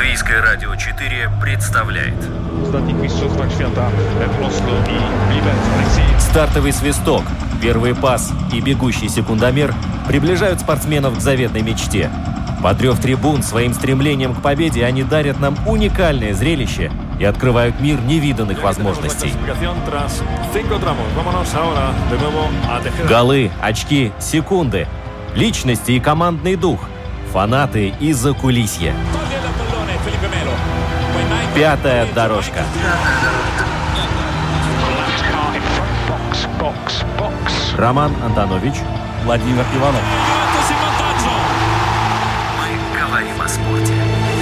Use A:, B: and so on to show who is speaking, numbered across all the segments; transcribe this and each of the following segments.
A: Латвийское радио 4 представляет
B: стартовый свисток, первый пас и бегущий секундомер приближают спортсменов к заветной мечте. Подрев трибун своим стремлением к победе, они дарят нам уникальное зрелище и открывают мир невиданных возможностей. Голы, очки, секунды, личности и командный дух, фанаты и закулисье. Пятая дорожка. Роман Антонович, Владимир Иванов.
A: Мы говорим о спорте.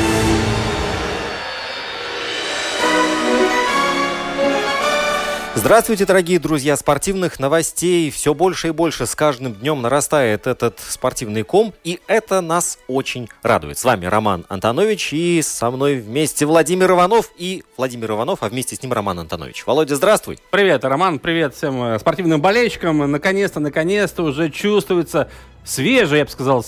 C: Здравствуйте, дорогие друзья! Спортивных новостей все больше и больше. С каждым днем нарастает этот спортивный ком, и это нас очень радует. С вами Роман Антонович, и со мной вместе Владимир Иванов, а вместе с ним Роман Антонович. Володя, здравствуй!
D: Привет, Роман, привет всем спортивным болельщикам. Наконец-то уже чувствуется свежее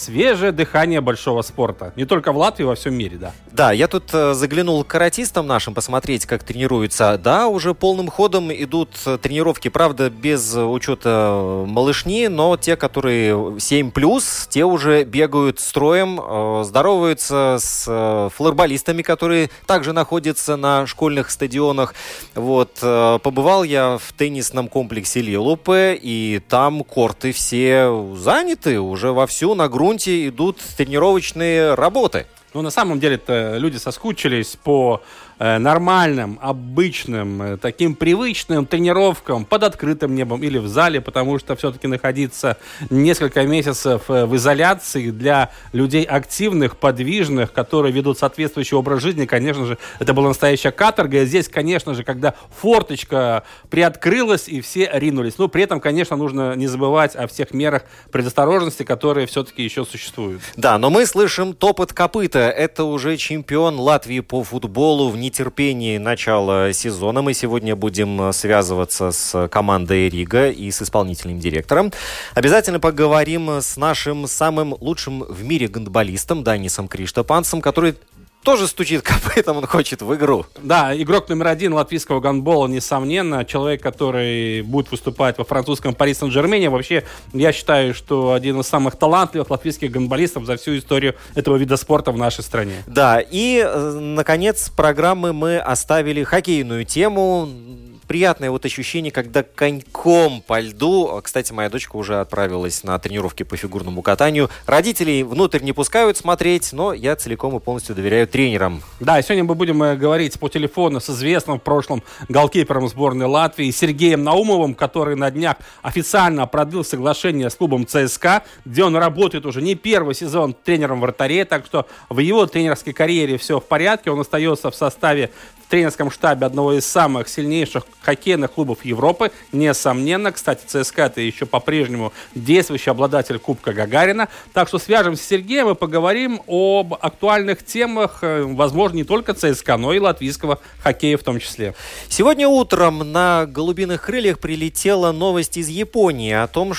D: дыхание большого спорта. Не только в Латвии, во всем мире, да.
C: Да, я тут заглянул к каратистам нашим посмотреть, как тренируются. Да, уже полным ходом идут тренировки, правда, без учета малышни, но те, которые 7+, те уже бегают строем, здороваются с флорболистами, которые также находятся на школьных стадионах. Вот, побывал я в теннисном комплексе Лилупе, и там корты все заняты, уже вовсю на грунте идут тренировочные работы.
D: Ну, на самом деле-то люди соскучились по нормальным, обычным, таким привычным тренировкам под открытым небом или в зале, потому что все-таки находиться несколько месяцев в изоляции для людей активных, подвижных, которые ведут соответствующий образ жизни, конечно же, это была настоящая каторга. И здесь, конечно же, когда форточка приоткрылась и все ринулись. Но при этом, конечно, нужно не забывать о всех мерах предосторожности, которые все-таки еще существуют.
C: Да, но мы слышим топот копыта. Это уже чемпион Латвии по футболу в нетерпении начала сезона. Мы сегодня будем связываться с командой Рига и с исполнительным директором. Обязательно поговорим с нашим самым лучшим в мире гандболистом Данисом Криштопансом, который тоже стучит копытом, он хочет в игру.
D: Да, игрок номер 1 латвийского гандбола, несомненно. Человек, который будет выступать во французском Пари Сен-Жермене. Вообще, я считаю, что один из самых талантливых латвийских гандболистов за всю историю этого вида спорта в нашей стране.
C: Да, и, наконец, программы мы оставили хоккейную тему. Приятное вот ощущение, когда коньком по льду. Кстати, моя дочка уже отправилась на тренировки по фигурному катанию. Родителей внутрь не пускают смотреть, но я целиком и полностью доверяю тренерам.
D: Да, и сегодня мы будем говорить по телефону с известным в прошлом голкипером сборной Латвии Сергеем Наумовым, который на днях официально продлил соглашение с клубом ЦСКА, где он работает уже не первый сезон тренером вратарей, так что в его тренерской карьере все в порядке. Он остается в составе в тренерском штабе одного из самых сильнейших хоккейных клубов Европы, несомненно. Кстати, ЦСКА это еще по-прежнему действующий обладатель Кубка Гагарина. Так что свяжемся с Сергеем и поговорим об актуальных темах, возможно, не только ЦСКА, но и латвийского хоккея в том числе.
C: Сегодня утром на голубиных крыльях прилетела новость из Японии о том,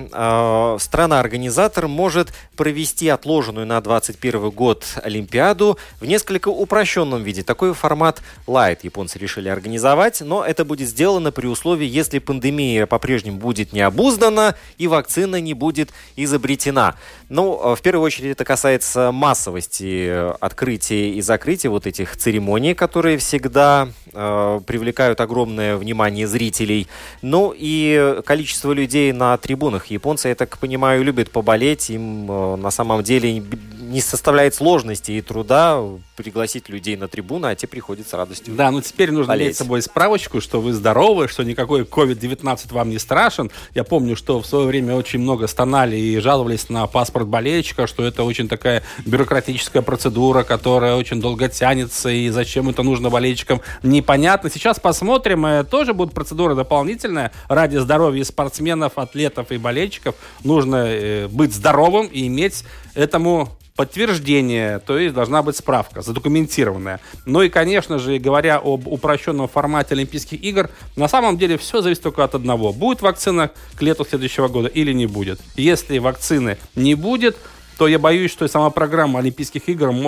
C: что страна-организатор может провести отложенную на 2021 год Олимпиаду в несколько упрощенном виде. Такой формат Light японцы решили организовать, но это будет сделано при условии, если пандемия по-прежнему будет не обуздана и вакцина не будет изобретена. Ну, в первую очередь это касается массовости открытия и закрытия вот этих церемоний, которые всегда привлекают огромное внимание зрителей. Ну и количество людей на трибунах. Японцы, я так понимаю, любят поболеть. Им на самом деле не составляет сложности и труда пригласить людей на трибуны, а те приходят с радостью.
D: Да, но теперь нужно иметь с собой справочку, что вы здоровы, что никакой COVID-19 вам не страшен. Я помню, что в свое время очень много стонали и жаловались на паспорт болельщика, что это очень такая бюрократическая процедура, которая очень долго тянется, и зачем это нужно болельщикам, непонятно. Сейчас посмотрим, тоже будет процедура дополнительная. Ради здоровья спортсменов, атлетов и болельщиков нужно быть здоровым и иметь этому подтверждение, то есть должна быть справка, задокументированная. Ну и, конечно же, говоря об упрощенном формате Олимпийских игр, на самом деле все зависит только от одного. Будет вакцина к лету следующего года или не будет. Если вакцины не будет, то я боюсь, что и сама программа Олимпийских игр может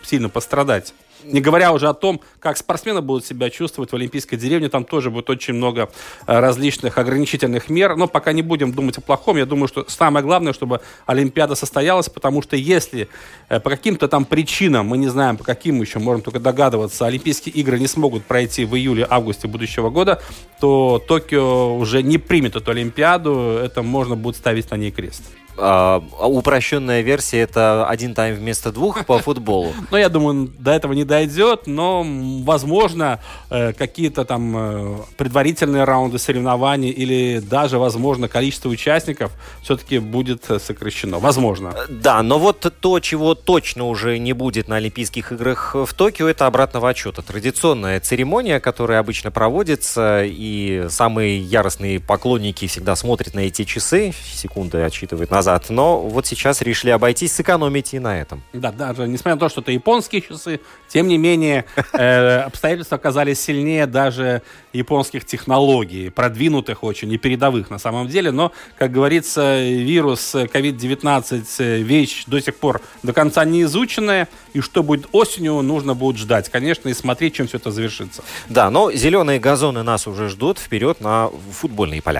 D: сильно пострадать. Не говоря уже о том, как спортсмены будут себя чувствовать в Олимпийской деревне. Там тоже будет очень много различных ограничительных мер. Но пока не будем думать о плохом. Я думаю, что самое главное, чтобы Олимпиада состоялась. Потому что если по каким-то там причинам, мы не знаем по каким еще, можем только догадываться, Олимпийские игры не смогут пройти в июле-августе будущего года, то Токио уже не примет эту Олимпиаду. Это можно будет ставить на ней крест.
C: Упрощенная версия — это один тайм вместо двух по футболу.
D: Ну, я думаю, до этого не дойдет, но, возможно, какие-то там предварительные раунды соревнований или даже, возможно, количество участников все-таки будет сокращено. Возможно.
C: Да, но вот то, чего точно уже не будет на Олимпийских играх в Токио, это обратного отсчета. Традиционная церемония, которая обычно проводится, и самые яростные поклонники всегда смотрят на эти часы, секунды отсчитывают назад. Но вот сейчас решили обойтись, сэкономить и на этом.
D: Да, даже несмотря на то, что это японские часы, тем не менее обстоятельства оказались сильнее даже японских технологий, продвинутых очень и передовых на самом деле. Но, как говорится, вирус COVID-19 вещь до сих пор до конца не изученная. И что будет осенью, нужно будет ждать, конечно, и смотреть, чем все это завершится.
C: Да, но зеленые газоны нас уже ждут вперед на футбольные поля.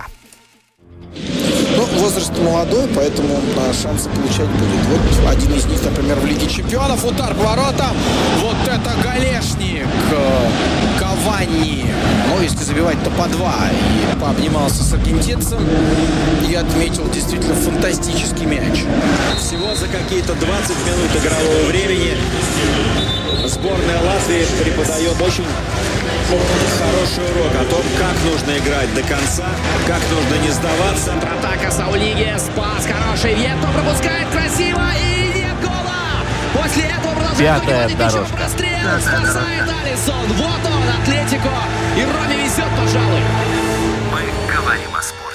E: Ну, возраст молодой, поэтому шансы получать будет. Вот один из них, например, в Лиге Чемпионов. Удар по воротам. Вот это голешник. Кавани. Ну, если забивать, то по два. И пообнимался с аргентинцем. И отметил действительно фантастический мяч.
F: Всего за какие-то 20 минут игрового времени сборная Латвии преподает очень хороший урок о том, как нужно играть до конца, как нужно не сдаваться.
G: Контратака Саулигес, пас хороший, Вьетто пропускает красиво и нет гола. После этого продолжает
B: Пятая дорожка.
G: Прострел, спасает Алисон. Вот он, Атлетико. И Роме везет, пожалуй.
A: Мы говорим о спорте.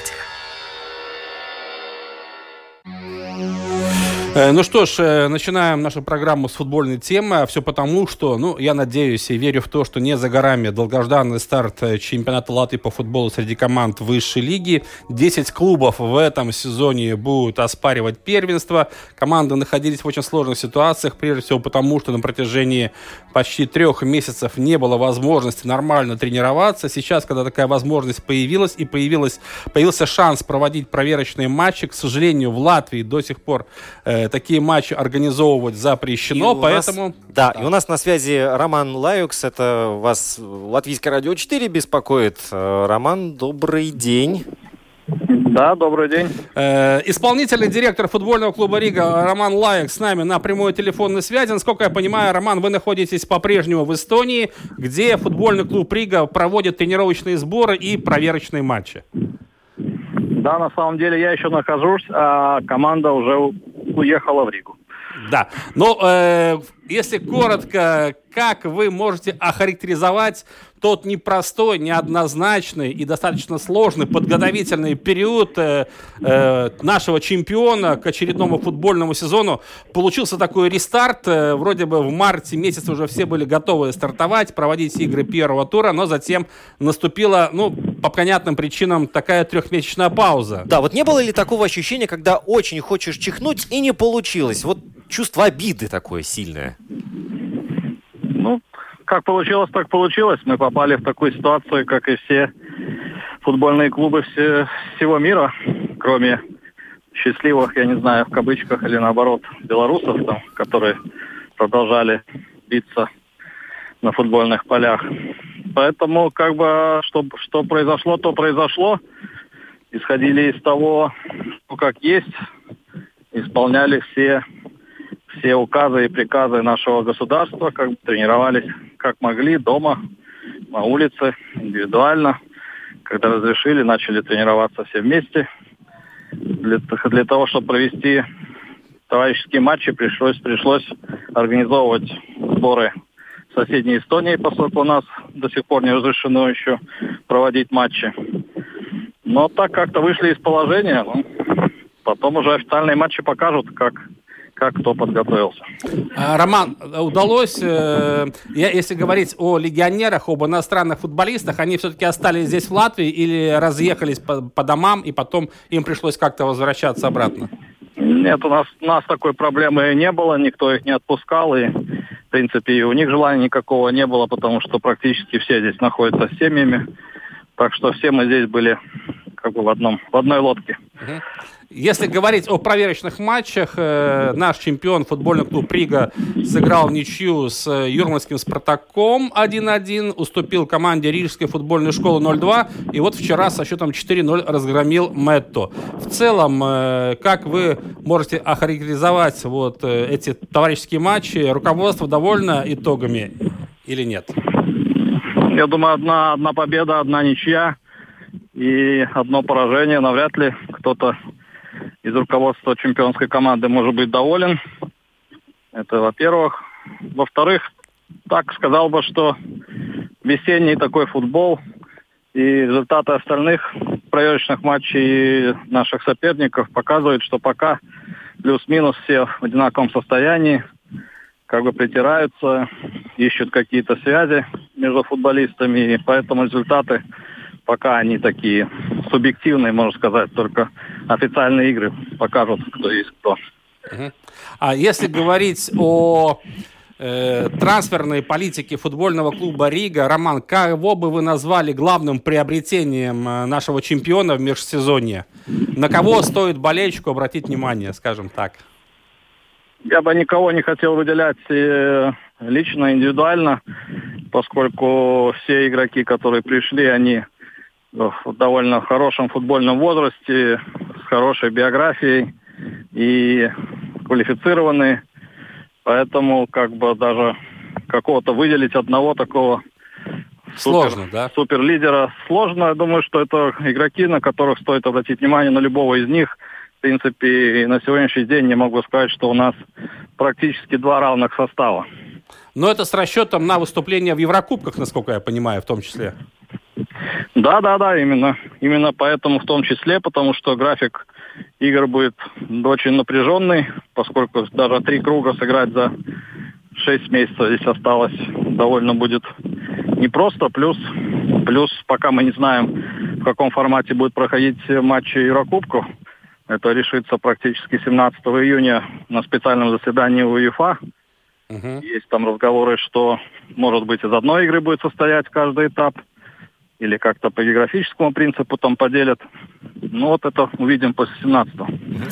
D: Ну что ж, начинаем нашу программу с футбольной темы. Все потому, что, я надеюсь и верю в то, что не за горами долгожданный старт чемпионата Латвии по футболу среди команд высшей лиги. 10 клубов в этом сезоне будут оспаривать первенство. Команды находились в очень сложных ситуациях, прежде всего потому, что на протяжении почти 3 месяцев не было возможности нормально тренироваться. Сейчас, когда такая возможность появилась и появился шанс проводить проверочные матчи, к сожалению, в Латвии до сих пор такие матчи организовывать запрещено, поэтому...
C: И у нас на связи Роман Лаюкс, это вас Латвийское радио 4 беспокоит. Роман, добрый день.
H: Да, добрый день.
D: Исполнительный директор футбольного клуба «Рига» Роман Лаюкс с нами на прямой телефонной связи. Насколько я понимаю, Роман, вы находитесь по-прежнему в Эстонии, где футбольный клуб «Рига» проводит тренировочные сборы и проверочные матчи.
H: Да, на самом деле я еще нахожусь, а команда уже уехала в Ригу.
D: Да, если коротко, как вы можете охарактеризовать тот непростой, неоднозначный и достаточно сложный подготовительный период нашего чемпиона к очередному футбольному сезону? Получился такой рестарт, вроде бы в марте месяце уже все были готовы стартовать, проводить игры первого тура, но затем наступила, по понятным причинам, такая 3-месячная пауза.
C: Да, вот не было ли такого ощущения, когда очень хочешь чихнуть и не получилось? Вот чувство обиды такое сильное.
H: Как получилось, так получилось. Мы попали в такую ситуацию, как и все футбольные клубы всего мира, кроме счастливых, я не знаю, в кавычках или наоборот, белорусов, которые продолжали биться на футбольных полях. Поэтому, что произошло, то произошло. Исходили из того, как есть, исполняли все указы и приказы нашего государства, тренировались как могли, дома, на улице, индивидуально. Когда разрешили, начали тренироваться все вместе. Для того, чтобы провести товарищеские матчи, пришлось организовывать сборы в соседней Эстонии, поскольку у нас до сих пор не разрешено еще проводить матчи. Но так как-то вышли из положения, потом уже официальные матчи покажут, как кто подготовился.
D: Роман, удалось, если говорить о легионерах, об иностранных футболистах, они все-таки остались здесь в Латвии или разъехались по домам, и потом им пришлось как-то возвращаться обратно?
H: Нет, у нас такой проблемы не было, никто их не отпускал, и принципе, и у них желания никакого не было, потому что практически все здесь находятся с семьями. Так что все мы здесь были как бы в одной лодке.
D: Если говорить о проверочных матчах, наш чемпион, футбольный клуб «Рига», сыграл в ничью с юрмальским «Спартаком» 1-1, уступил команде Рижской футбольной школы 0-2, и вот вчера со счетом 4-0 разгромил Метто. В целом, как вы можете охарактеризовать вот эти товарищеские матчи? Руководство довольно итогами или нет?
H: Я думаю, одна победа, одна ничья и одно поражение. Навряд ли кто-то из руководства чемпионской команды может быть доволен. Это во-первых. Во-вторых, так сказал бы, что весенний такой футбол и результаты остальных проверочных матчей наших соперников показывают, что пока плюс-минус все в одинаковом состоянии, как бы притираются, ищут какие-то связи между футболистами, и поэтому результаты пока они такие субъективные, можно сказать, только официальные игры покажут, кто есть кто.
D: А если говорить о трансферной политике футбольного клуба «Рига», Роман, кого бы вы назвали главным приобретением нашего чемпиона в межсезонье? На кого стоит болельщику обратить внимание, скажем так?
H: Я бы никого не хотел выделять лично, индивидуально, поскольку все игроки, которые пришли, они в довольно хорошем футбольном возрасте, с хорошей биографией и квалифицированные. Поэтому как бы даже какого-то выделить одного такого
D: сложно, да?
H: Суперлидера сложно. Я думаю, что это игроки, на которых стоит обратить внимание, на любого из них. В принципе, на сегодняшний день я могу сказать, что у нас практически два равных состава.
D: Но это с расчетом на выступление в Еврокубках, насколько я понимаю, в том числе.
H: Да, именно поэтому в том числе, потому что график игр будет очень напряженный, поскольку даже 3 круга сыграть за 6 месяцев здесь осталось довольно будет непросто. Плюс пока мы не знаем, в каком формате будут проходить матчи Еврокубков. Это решится практически 17 июня на специальном заседании УЕФА. Есть там разговоры, что, может быть, из одной игры будет состоять каждый этап, или как-то по географическому принципу там поделят. Ну вот это увидим после 17-го.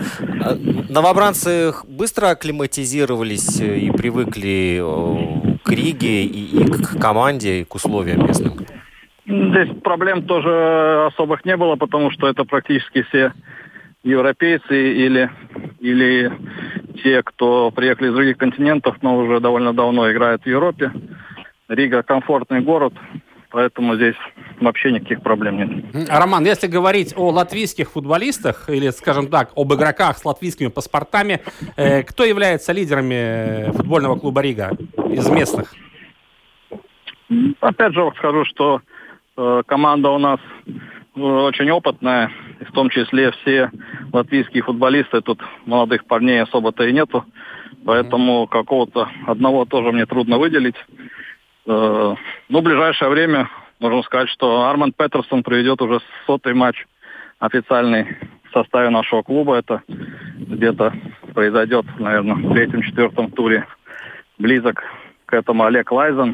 C: Новобранцы быстро акклиматизировались и привыкли к Риге и к команде, и к условиям местным?
H: Здесь проблем тоже особых не было, потому что это практически все европейцы или те, кто приехали из других континентов, но уже довольно давно играют в Европе. Рига комфортный город, поэтому здесь вообще никаких проблем нет.
D: А, Роман, если говорить о латвийских футболистах, или, скажем так, об игроках с латвийскими паспортами, кто является лидерами футбольного клуба «Рига» из местных?
H: Опять же скажу, что команда у нас очень опытная, в том числе все латвийские футболисты, тут молодых парней особо-то и нету, поэтому какого-то одного тоже мне трудно выделить. В ближайшее время можно сказать, что Арманд Петерсон проведет уже 100-й матч официальный в составе нашего клуба. Это где-то произойдет, наверное, в 3-4 туре. Близок к этому Олег Лайзен.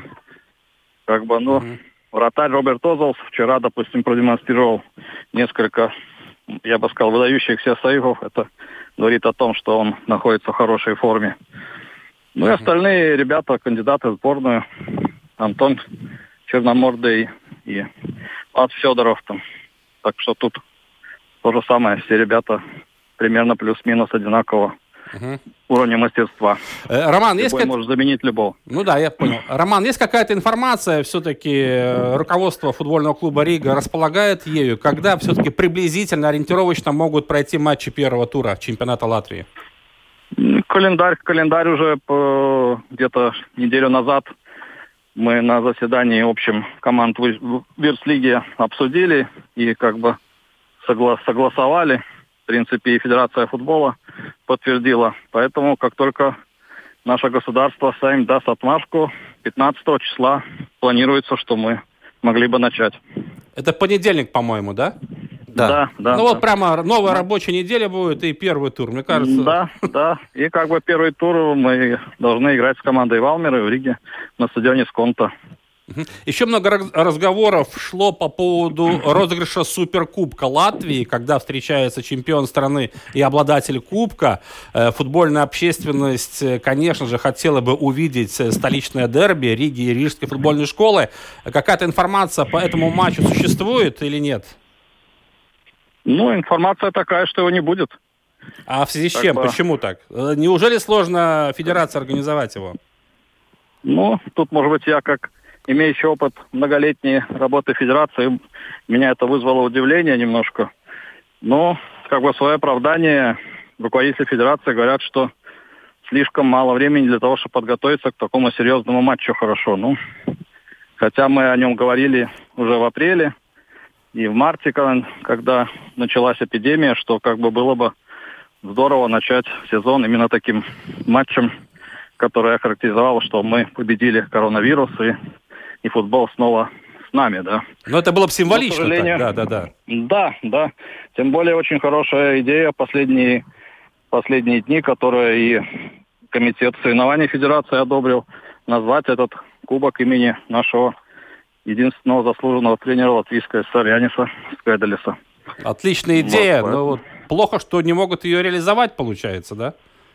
H: Вратарь Роберт Озолс вчера, допустим, продемонстрировал несколько, я бы сказал, выдающихся сейвов. Это говорит о том, что он находится в хорошей форме. И остальные ребята, кандидаты в сборную. Антон Черномордый и Ад Федоров там. Так что тут то же самое. Все ребята примерно плюс-минус одинакового уровня мастерства.
D: Роман,
H: любой может заменить любого.
D: Ну да, я понял. Роман, есть какая-то информация, все-таки руководство футбольного клуба «Рига» располагает ею, когда все-таки приблизительно, ориентировочно могут пройти матчи первого тура чемпионата Латвии?
H: Календарь уже где-то неделю назад мы на заседании общем команд в Вирс-лиге обсудили и согласовали. В принципе, и Федерация футбола подтвердила. Поэтому, как только наше государство сами даст отмашку, 15 числа планируется, что мы могли бы начать.
D: Это понедельник, по-моему, да?
H: Да.
D: Ну вот прямо новая рабочая неделя будет и первый тур, мне кажется.
H: Да. И как бы первый тур мы должны играть с командой Валмеры в Риге на стадионе Сконто.
D: Еще много разговоров шло по поводу розыгрыша Суперкубка Латвии, когда встречается чемпион страны и обладатель кубка. Футбольная общественность, конечно же, хотела бы увидеть столичное дерби Риги и Рижской футбольной школы. Какая-то информация по этому матчу существует или нет?
H: Ну, информация такая, что его не будет.
D: А в связи с чем? Почему так? Неужели сложно федерации организовать его?
H: Ну, тут, может быть, я как имеющий опыт многолетней работы федерации, меня это вызвало удивление немножко. Но, как бы, свое оправдание руководители федерации говорят, что слишком мало времени для того, чтобы подготовиться к такому серьезному матчу хорошо. Ну, хотя мы о нем говорили уже в апреле и в марте, когда началась эпидемия, что как бы было бы здорово начать сезон именно таким матчем, который я характеризовал, что мы победили коронавирус и футбол снова с нами, да.
D: Но это было бы символично. Так.
H: Да. Тем более очень хорошая идея последние дни, которую и комитет соревнований федерации одобрил, назвать этот кубок имени нашего единственного заслуженного тренера Латвийской ССР Яниса Скайделиса.
D: Отличная идея, но вот плохо, что не могут ее реализовать, получается, да?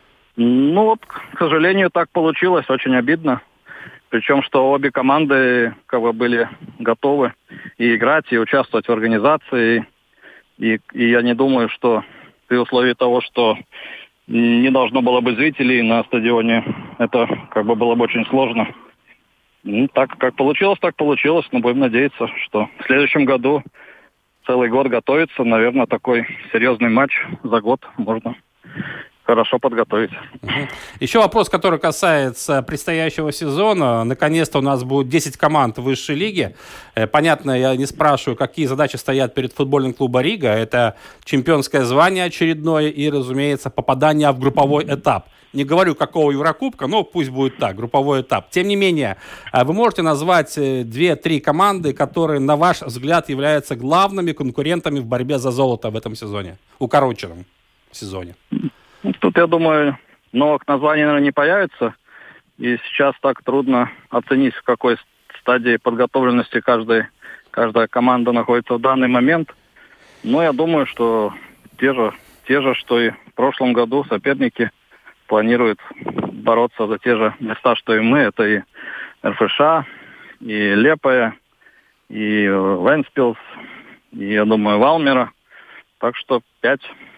H: Ну вот, к сожалению, так получилось, очень обидно. Причем, что обе команды как бы были готовы и играть, и участвовать в организации. И я не думаю, что при условии того, что не должно было быть зрителей на стадионе, это как бы было бы очень сложно. Ну, так как получилось, так получилось. Но будем надеяться, что в следующем году целый год готовится. Наверное, такой серьезный матч за год можно хорошо подготовить.
D: Еще вопрос, который касается предстоящего сезона. Наконец-то у нас будет 10 команд высшей лиги. Понятно, я не спрашиваю, какие задачи стоят перед футбольным клубом Рига. Это чемпионское звание очередное и, разумеется, попадание в групповой этап. Не говорю, какого Еврокубка, но пусть будет так, групповой этап. Тем не менее, вы можете назвать 2-3 команды, которые, на ваш взгляд, являются главными конкурентами в борьбе за золото в этом сезоне, укороченном сезоне?
H: Тут, я думаю, новых названий, наверное, не появится. И сейчас так трудно оценить, в какой стадии подготовленности каждая команда находится в данный момент. Но я думаю, что те же, что и в прошлом году, соперники планируют бороться за те же места, что и мы. Это и РФШ, и Лепая, и Венспилс, и, я думаю, Валмера. Так что 5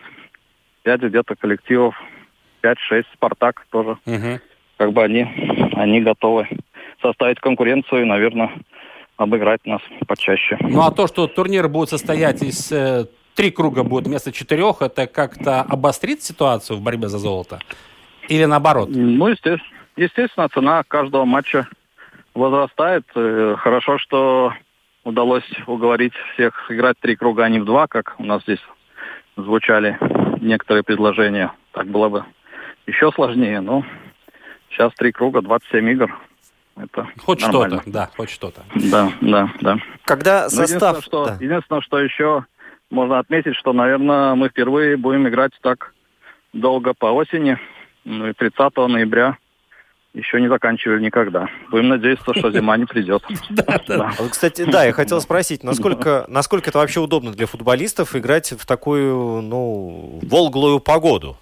H: где-то коллективов, 5-6, Спартак тоже. Как бы они готовы составить конкуренцию и, наверное, обыграть нас почаще.
D: Ну а то, что турнир будет состоять из 3 круга будет вместо 4, это как-то обострит ситуацию в борьбе за золото? Или наоборот?
H: Ну, естественно, цена каждого матча возрастает. Хорошо, что удалось уговорить всех играть 3 круга, а не в 2, как у нас здесь звучали некоторые предложения. Так было бы еще сложнее. Но сейчас 3 круга, 27 игр. Это
D: хоть
H: нормально.
D: Что-то, да, хоть что-то.
H: Да.
C: Когда состав...
H: Единственное, что еще можно отметить, что, наверное, мы впервые будем играть так долго по осени. Ну и 30 ноября еще не заканчивали никогда. Будем надеяться, что зима не придет.
C: Кстати, да, я хотел спросить, насколько это вообще удобно для футболистов играть в такую, волглую погоду?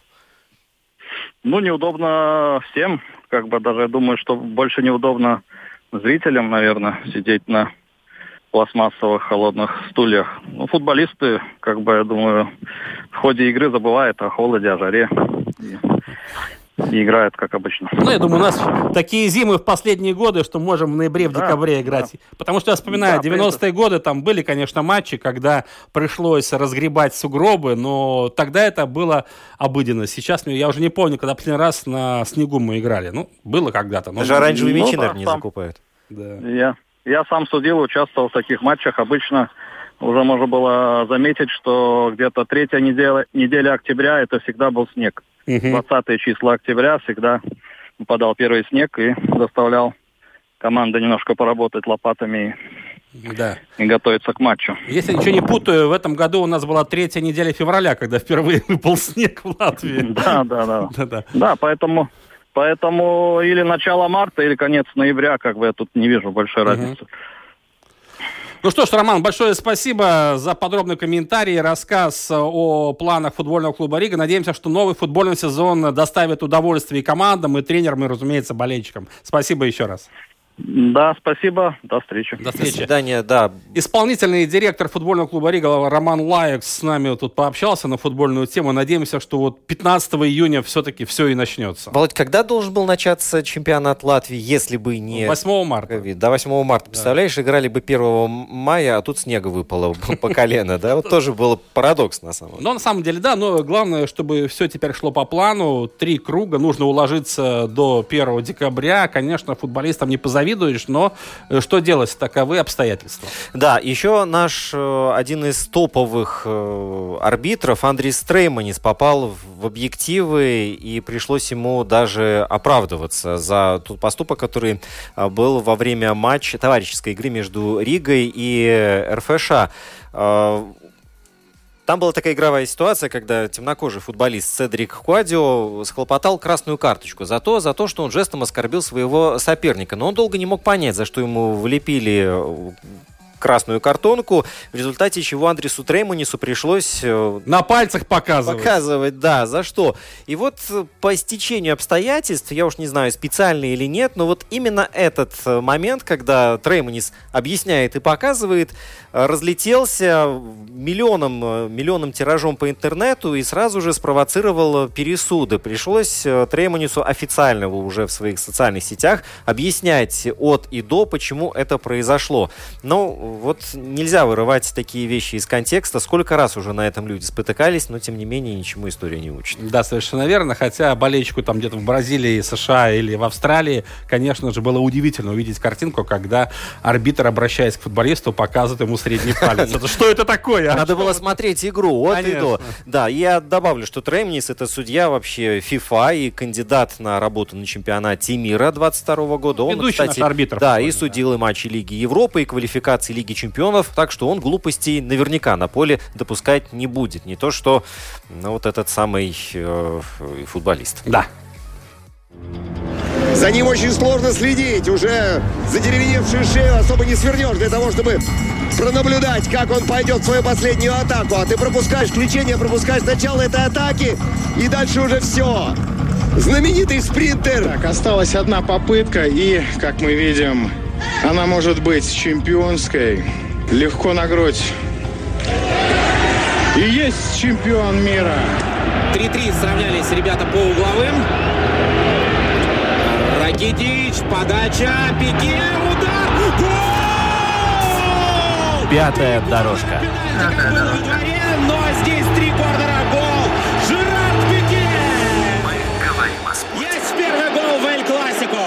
H: Ну, неудобно всем. Как бы даже, я думаю, что больше неудобно зрителям, наверное, сидеть на пластмассовых холодных стульях. Ну, футболисты, как бы, я думаю, в ходе игры забывают о холоде, о жаре. И играют, как обычно.
D: Ну, я думаю, у нас такие зимы в последние годы, что можем в ноябре, в декабре играть. Да. Потому что я вспоминаю, 90-е годы там были, конечно, матчи, когда пришлось разгребать сугробы, но тогда это было обыденно. Сейчас я уже не помню, когда последний раз на снегу мы играли. Ну, было когда-то.
C: Даже оранжевые мячи, наверное, не закупают.
H: Да. Я сам судил, участвовал в таких матчах. Обычно уже можно было заметить, что где-то 3-я неделя октября это всегда был снег. 20 числа октября всегда выпадал первый снег и заставлял команды немножко поработать лопатами
D: Да.
H: и готовиться к матчу.
D: Если ничего не путаю, в этом году у нас была 3-я неделя февраля, когда впервые выпал снег в Латвии.
H: Да. Да, поэтому или начало марта, или конец ноября, как бы я тут не вижу большой разницы.
D: Ну что ж, Роман, большое спасибо за подробный комментарий и рассказ о планах футбольного клуба «Рига». Надеемся, что новый футбольный сезон доставит удовольствие и командам, и тренерам, и, разумеется, болельщикам. Спасибо еще раз.
H: Да, спасибо. До встречи.
D: До встречи.
C: До свидания, да.
D: Исполнительный директор футбольного клуба «Рига» Роман Лаек с нами тут пообщался на футбольную тему. Надеемся, что вот 15 июня все-таки все и начнется.
C: Володь, когда должен был начаться чемпионат Латвии, если бы не...
D: 8 марта.
C: До 8 марта. Представляешь, играли бы 1 мая, а тут снега выпало по колено. Да, вот тоже был парадокс на самом деле.
D: Но на самом деле, да, но главное, чтобы все теперь шло по плану. 3 круга, нужно уложиться до 1 декабря. Конечно, футболистам не позавидуешь, но что делать, таковы обстоятельства.
C: Да, еще наш один из топовых арбитров, Андрей Стрейманис, попал в объективы, и пришлось ему даже оправдываться за тот поступок, который был во время матча товарищеской игры между Ригой и РФШ. Там была такая игровая ситуация, когда темнокожий футболист Седрик Куадио схлопотал красную карточку за то, что он жестом оскорбил своего соперника. Но он долго не мог понять, за что ему влепили красную картонку, в результате чего Андресу Трейманису пришлось...
D: На пальцах показывать,
C: да, за что. И вот по стечению обстоятельств, я уж не знаю, специально или нет, но вот именно этот момент, когда Трейманис объясняет и показывает, разлетелся миллионным тиражом по интернету и сразу же спровоцировал пересуды. Пришлось Трейманису официально уже в своих социальных сетях объяснять от и до, почему это произошло. Но вот нельзя вырывать такие вещи из контекста. Сколько раз уже на этом люди спотыкались, но тем не менее ничему история не учит.
D: Да, совершенно верно. Хотя болельщику там где-то в Бразилии, США или в Австралии, конечно же, было удивительно увидеть картинку, когда арбитр, обращаясь к футболисту, показывает ему средний палец. Что это такое?
C: Надо было смотреть игру от и до. Да, я добавлю, что Трейманис — это судья вообще FIFA и кандидат на работу на чемпионате мира 22 года. Он,
D: ведущий наш арбитр.
C: Да, и судил и матчи Лиги Европы, и квалификации Лиги Чемпионов, так что он глупостей наверняка на поле допускать не будет. Не то, что вот этот самый футболист.
D: Да.
I: За ним очень сложно следить. Уже задеревеневшую шею особо не свернешь для того, чтобы пронаблюдать, как он пойдет в свою последнюю атаку. А ты пропускаешь включение, пропускаешь начало этой атаки, и дальше уже все. Знаменитый спринтер.
J: Так, осталась одна попытка, и, как мы видим, она может быть чемпионской. Легко на грудь. И есть чемпион мира.
G: 3-3 сравнялись ребята по угловым. Ракитич, подача, Пике, удар, гол!
B: Пятая дорожка.
G: Но здесь 3 корнера, гол! Жерар Пике!
A: Мы говорим о спорте.
G: Есть первый гол в Эль-Классико!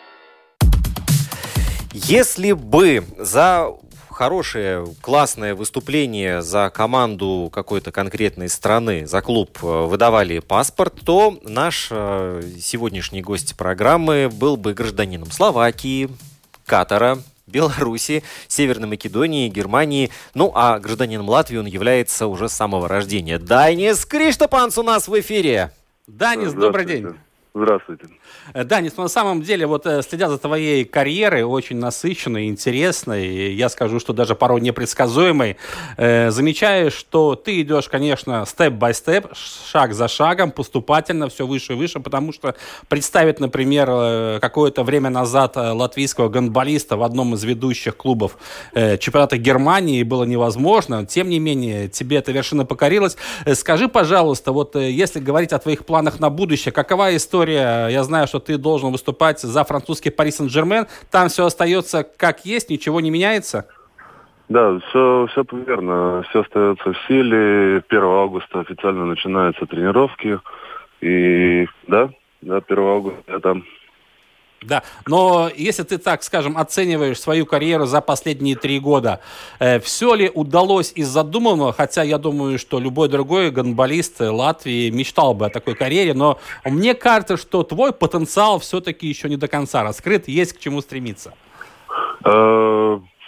C: Если бы за хорошее, классное выступление за команду какой-то конкретной страны, за клуб выдавали паспорт, то наш сегодняшний гость программы был бы гражданином Словакии, Катара, Беларуси, Северной Македонии, Германии. Ну, а гражданином Латвии он является уже с самого рождения. Данис Криштопанс у нас в эфире.
D: Данис, добрый день.
K: Здравствуйте.
D: Данис, на самом деле, вот следя за твоей карьерой, очень насыщенной, интересной, я скажу, что даже порой непредсказуемой, замечаю, что ты идешь, конечно, степ-бай-степ, шаг за шагом, поступательно, все выше и выше, потому что представить, например, какое-то время назад латвийского гандболиста в одном из ведущих клубов чемпионата Германии было невозможно. Тем не менее, тебе эта вершина покорилась. Скажи, пожалуйста, вот если говорить о твоих планах на будущее, какова история? Я знаю, что ты должен выступать за французский Пари Сен-Жермен. Там все остается как есть, ничего не меняется?
K: Да, все верно. Все остается в силе. 1 августа официально начинаются тренировки. И да, 1 августа я там.
D: Да, но если ты, так скажем, оцениваешь свою карьеру за последние 3 года, все ли удалось из задуманного, хотя я думаю, что любой другой гандболист Латвии мечтал бы о такой карьере, но мне кажется, что твой потенциал все-таки еще не до конца раскрыт, есть к чему стремиться.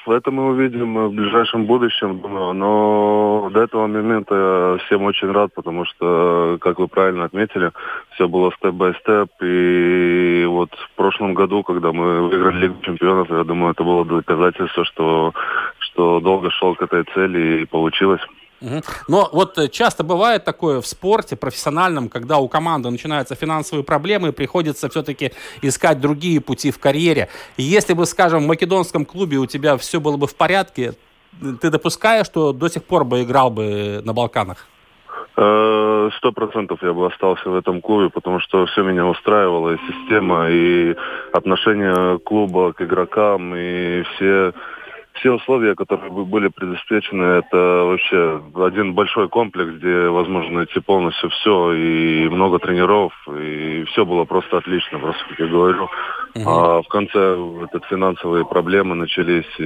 K: это мы увидим в ближайшем будущем, думаю. Но до этого момента я всем очень рад, потому что, как вы правильно отметили, все было степ-бай-степ. И вот в прошлом году, когда мы выиграли Лигу чемпионов, я думаю, это было доказательство, что долго шел к этой цели и получилось.
D: Но вот часто бывает такое в спорте профессиональном, когда у команды начинаются финансовые проблемы, и приходится все-таки искать другие пути в карьере. И если бы, скажем, в македонском клубе у тебя все было бы в порядке, ты допускаешь, что до сих пор бы играл бы на Балканах?
K: 100% я бы остался в этом клубе, потому что все меня устраивало, и система, и отношение клуба к игрокам, и все условия, которые были предусмотрены, это вообще один большой комплекс, где возможно найти полностью все, и много тренеров, и все было просто отлично, просто, как я говорю. А в конце финансовые проблемы начались, и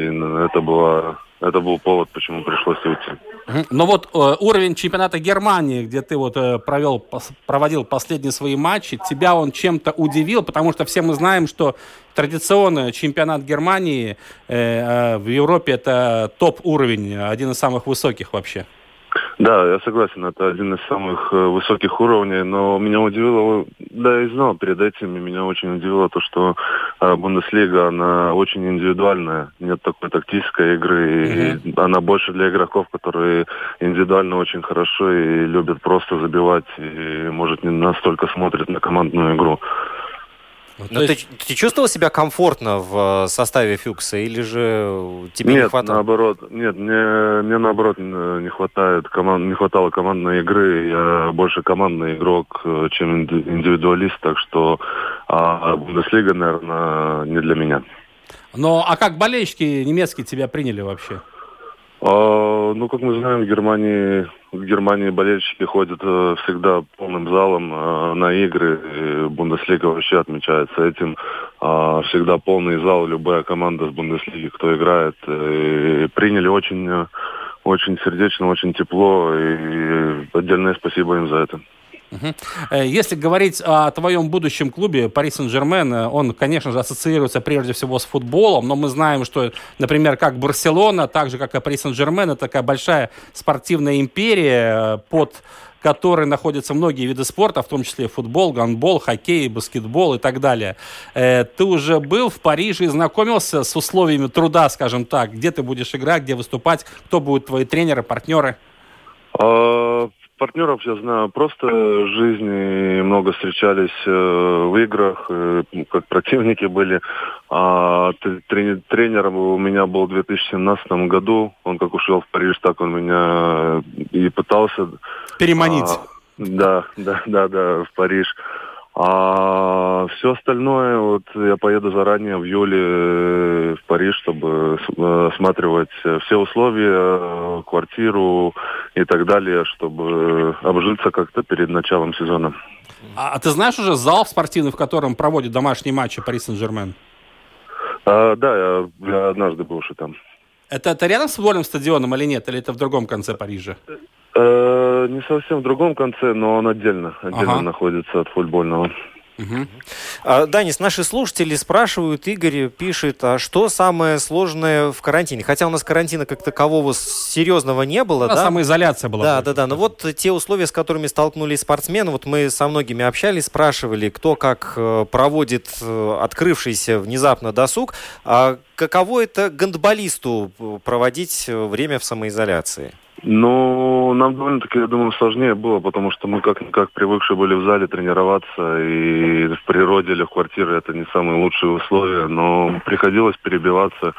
K: это был повод, почему пришлось уйти.
D: Но вот уровень чемпионата Германии, где ты вот проводил последние свои матчи, тебя он чем-то удивил, потому что все мы знаем, что традиционно чемпионат Германии в Европе это топ-уровень, один из самых высоких вообще.
K: Да, я согласен, это один из самых высоких уровней, но меня удивило, да, я знал перед этим, и меня очень удивило то, что Бундеслига, она очень индивидуальная, нет такой тактической игры, и она больше для игроков, которые индивидуально очень хорошо и любят просто забивать, и, может, не настолько смотрят на командную игру.
C: Но ты чувствовал себя комфортно в составе Фюкса, или же тебе не хватало?
K: Мне наоборот не хватало командной игры. Я больше командный игрок, чем индивидуалист, так что Бундеслига, наверное, не для меня.
D: А как болельщики немецкие тебя приняли вообще?
K: Как мы знаем, в Германии болельщики ходят всегда полным залом на игры. И Бундеслига вообще отмечается этим. Всегда полный зал, любая команда с Бундеслиги, кто играет. И приняли очень, очень сердечно, очень тепло. И отдельное спасибо им за это.
D: Если говорить о твоем будущем клубе Пари Сен-Жермен, он, конечно же, ассоциируется прежде всего с футболом, но мы знаем, что, например, как Барселона, так же, как и Пари Сен-Жермен, это такая большая спортивная империя, под которой находятся многие виды спорта, в том числе футбол, гандбол, хоккей, баскетбол и так далее. Ты уже был в Париже и знакомился с условиями труда, скажем так, где ты будешь играть, где выступать, кто будут твои тренеры, партнеры?
K: Партнеров я знаю просто в жизни, много встречались в играх, как противники были. Тренером у меня был в 2017 году. Он как ушел в Париж, так он меня и пытался...
D: переманить.
K: Да, в Париж. Все остальное, я поеду заранее в июле в Париж, чтобы осматривать все условия, квартиру и так далее, чтобы обжиться как-то перед началом сезона.
D: А ты знаешь уже зал спортивный, в котором проводят домашние матчи Пари Сен-Жермен?
K: Да, я однажды был уже там.
D: Это рядом с футбольным стадионом или нет? Или это в другом конце Парижа?
K: Не совсем в другом конце, но он отдельно находится от футбольного.
C: Данис, наши слушатели спрашивают, Игорь пишет, а что самое сложное в карантине? Хотя у нас карантина как такового серьезного не было, да?
D: Самоизоляция была.
C: Да. Но вот те условия, с которыми столкнулись спортсмены, вот мы со многими общались, спрашивали, кто как проводит открывшийся внезапно досуг. А каково это гандболисту проводить время в самоизоляции?
K: Нам довольно-таки, я думаю, сложнее было, потому что мы как привыкшие были в зале тренироваться, и в природе или в квартире это не самые лучшие условия, но приходилось перебиваться,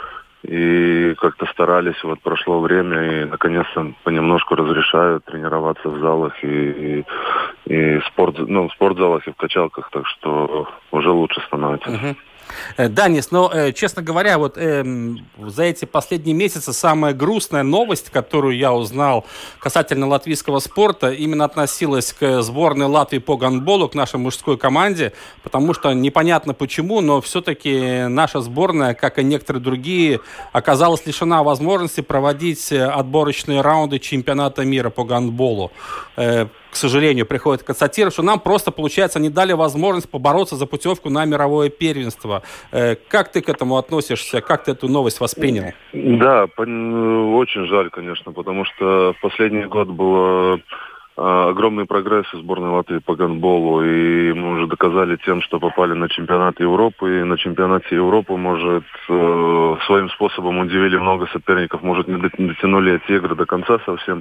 K: и как-то старались, прошло время, и наконец-то понемножку разрешают тренироваться в залах, и в спортзалах, и в качалках, так что уже лучше становится.
D: Данис, честно говоря, за эти последние месяцы самая грустная новость, которую я узнал касательно латвийского спорта, именно относилась к сборной Латвии по гандболу, к нашей мужской команде, потому что непонятно почему, но все-таки наша сборная, как и некоторые другие, оказалась лишена возможности проводить отборочные раунды чемпионата мира по гандболу. к сожалению, приходится констатировать, что нам просто, получается, не дали возможность побороться за путевку на мировое первенство. Как ты к этому относишься? Как ты эту новость воспринял?
K: Да, очень жаль, конечно, потому что в последний год было огромный прогресс в сборной Латвии по гандболу, и мы уже доказали тем, что попали на чемпионат Европы, и на чемпионате Европы, может, своим способом удивили много соперников, может, не дотянули эти игры до конца совсем,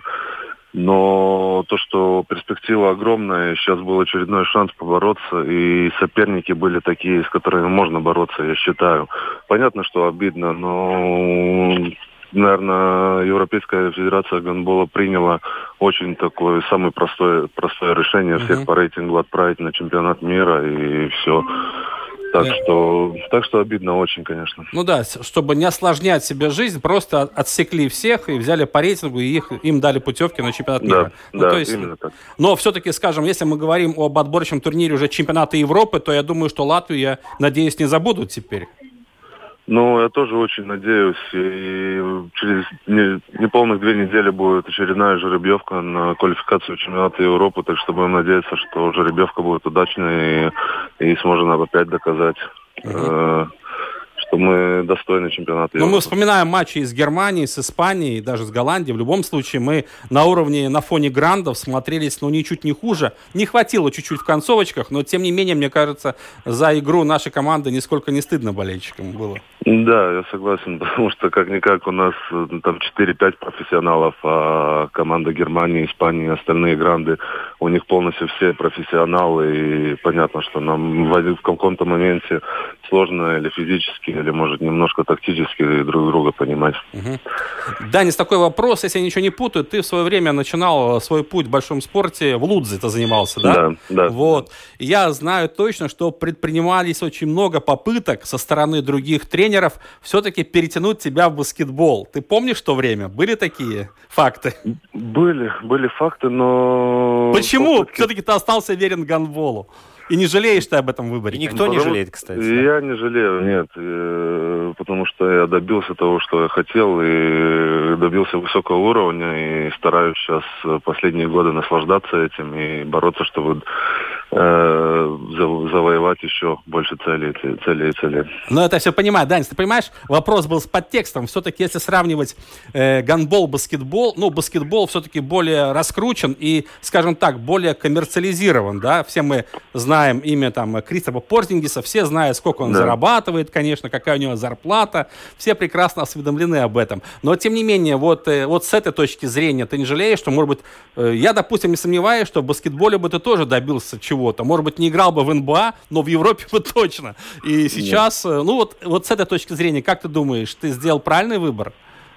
K: но то, что перспектива огромная, сейчас был очередной шанс побороться, и соперники были такие, с которыми можно бороться, я считаю. Понятно, что обидно, но... Наверное, Европейская федерация гандбола приняла очень такое самое простое решение всех по рейтингу отправить на чемпионат мира, и все. Так что обидно очень, конечно.
D: Ну да, чтобы не осложнять себе жизнь, просто отсекли всех и взяли по рейтингу, и им дали путевки на чемпионат мира.
K: Да,
D: то есть,
K: именно так.
D: Но все-таки, скажем, если мы говорим об отборочном турнире уже чемпионата Европы, то я думаю, что Латвию, я надеюсь, не забудут теперь.
K: Ну, я тоже очень надеюсь. И через неполных 2 недели будет очередная жеребьевка на квалификацию чемпионата Европы. Так что будем надеяться, что жеребьевка будет удачной и сможем опять доказать, что мы достойны чемпионата Европы.
D: Но мы вспоминаем матчи из Германии, с Испанией, даже с Голландией. В любом случае мы на уровне, на фоне грандов смотрелись, ничуть не хуже. Не хватило чуть-чуть в концовочках, но тем не менее, мне кажется, за игру нашей команды нисколько не стыдно болельщикам было.
K: Да, я согласен, потому что как-никак у нас там 4-5 профессионалов, а команда Германии, Испании, остальные гранды, у них полностью все профессионалы, и понятно, что нам в каком-то моменте сложно или физически, или, может, немножко тактически друг друга понимать.
D: Данис, такой вопрос, если я ничего не путаю, ты в свое время начинал свой путь в большом спорте, в Лудзе ты занимался, да?
K: Да.
D: Вот. Я знаю точно, что предпринимались очень много попыток со стороны других тренеров все-таки перетянуть тебя в баскетбол. Ты помнишь то время? Были такие факты?
K: Были факты, но...
D: Почему все-таки ты остался верен гандболу? И не жалеешь ты об этом выборе?
C: И никто не жалеет, кстати.
K: Я не жалею, нет. Потому что я добился того, что я хотел, и добился высокого уровня, и стараюсь сейчас последние годы наслаждаться этим и бороться, чтобы завоевать еще больше целей.
D: Ну, это все понимаю. Данис, ты понимаешь, вопрос был с подтекстом. Все-таки, если сравнивать гандбол, баскетбол, баскетбол все-таки более раскручен и, скажем так, более коммерциализирован, да? Все мы знаем имя там Кристофа Порзингиса, все знают, сколько он зарабатывает, конечно, какая у него зарплата, все прекрасно осведомлены об этом. Но, тем не менее, вот с этой точки зрения ты не жалеешь, что, может быть, я, допустим, не сомневаюсь, что в баскетболе бы ты тоже добился чего-то. Может быть, не играл бы в НБА, но в Европе бы точно. И сейчас, вот с этой точки зрения, как ты думаешь, ты сделал правильный выбор?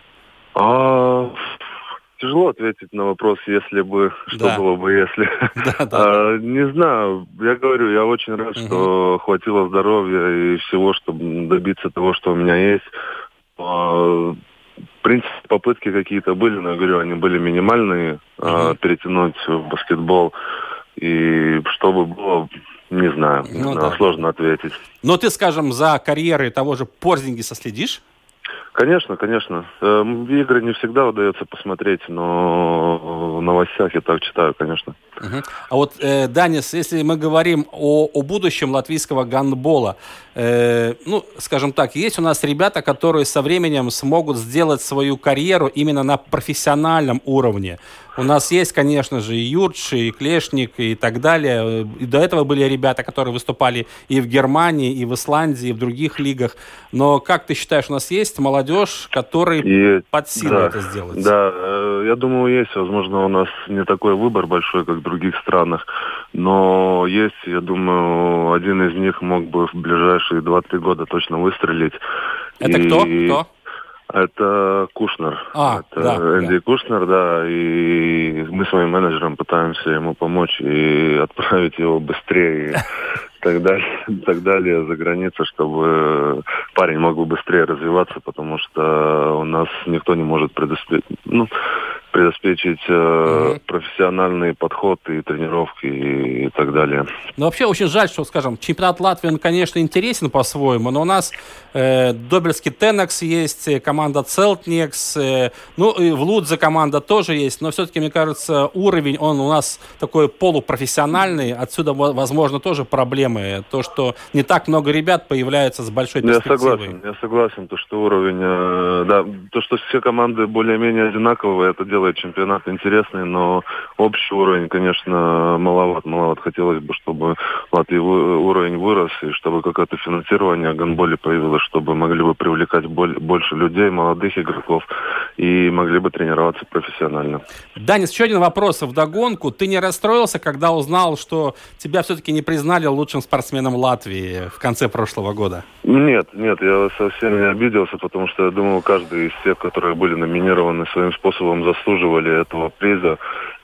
K: Тяжело ответить на вопрос, если бы, что было бы, если. Не знаю, я говорю, я очень рад, что хватило здоровья и всего, чтобы добиться того, что у меня есть. В принципе, попытки какие-то были, но я говорю, они были минимальные, перетянуть в баскетбол. И что бы было, не знаю, сложно ответить.
D: Но ты, скажем, за карьерой того же Порзингиса следишь?
K: Конечно. Игры не всегда удается посмотреть, но в новостях я так читаю, конечно.
D: А вот, Данис, если мы говорим о будущем латвийского гандбола, скажем так, есть у нас ребята, которые со временем смогут сделать свою карьеру именно на профессиональном уровне. У нас есть, конечно же, и Юрч, и Клешник, и так далее. И до этого были ребята, которые выступали и в Германии, и в Исландии, и в других лигах. Но как ты считаешь, у нас есть молодежь, которой под силу это сделать?
K: Да, я думаю, есть. Возможно, у нас не такой выбор большой, как в других странах. Но есть, я думаю, один из них мог бы в ближайшие 2-3 года точно выстрелить.
D: Это кто?
K: Это Кушнер. Энди Кушнер, да. И мы с моим менеджером пытаемся ему помочь и отправить его быстрее и так далее за границу, чтобы парень мог бы быстрее развиваться, потому что у нас никто не может обеспечить профессиональный подход и тренировки и так далее.
D: Ну, вообще очень жаль, что, скажем, чемпионат Латвии, он, конечно, интересен по-своему, но у нас Добельский Тенекс есть, команда Целтнекс, ну и в Лудзе команда тоже есть, но все-таки, мне кажется, уровень, он у нас такой полупрофессиональный, отсюда, возможно, тоже проблемы, то, что не так много ребят появляется с большой перспективой.
K: Я согласен, то, что уровень, да, то, что все команды более-менее одинаковые, это делает чемпионат интересный, но общий уровень, конечно, маловат. Хотелось бы, чтобы в Латвии уровень вырос, и чтобы какое-то финансирование о гандболе появилось, чтобы могли бы привлекать больше людей, молодых игроков, и могли бы тренироваться профессионально.
D: Данис, еще один вопрос вдогонку. Ты не расстроился, когда узнал, что тебя все-таки не признали лучшим спортсменом Латвии в конце прошлого года?
K: Нет, я совсем не обиделся, потому что я думаю, каждый из тех, которые были номинированы своим способом, заслуживали этого приза.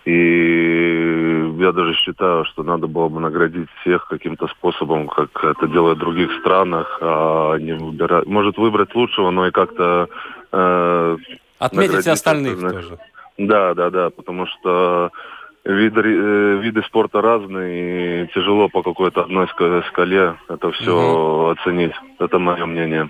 K: И я даже считаю, что надо было бы наградить всех каким-то способом, как это делают в других странах, а не выбирать. Может, выбрать лучшего, но и как-то
D: отметить остальных тоже.
K: Да, потому что виды спорта разные, и тяжело по какой-то одной скале это все оценить. Это мое мнение.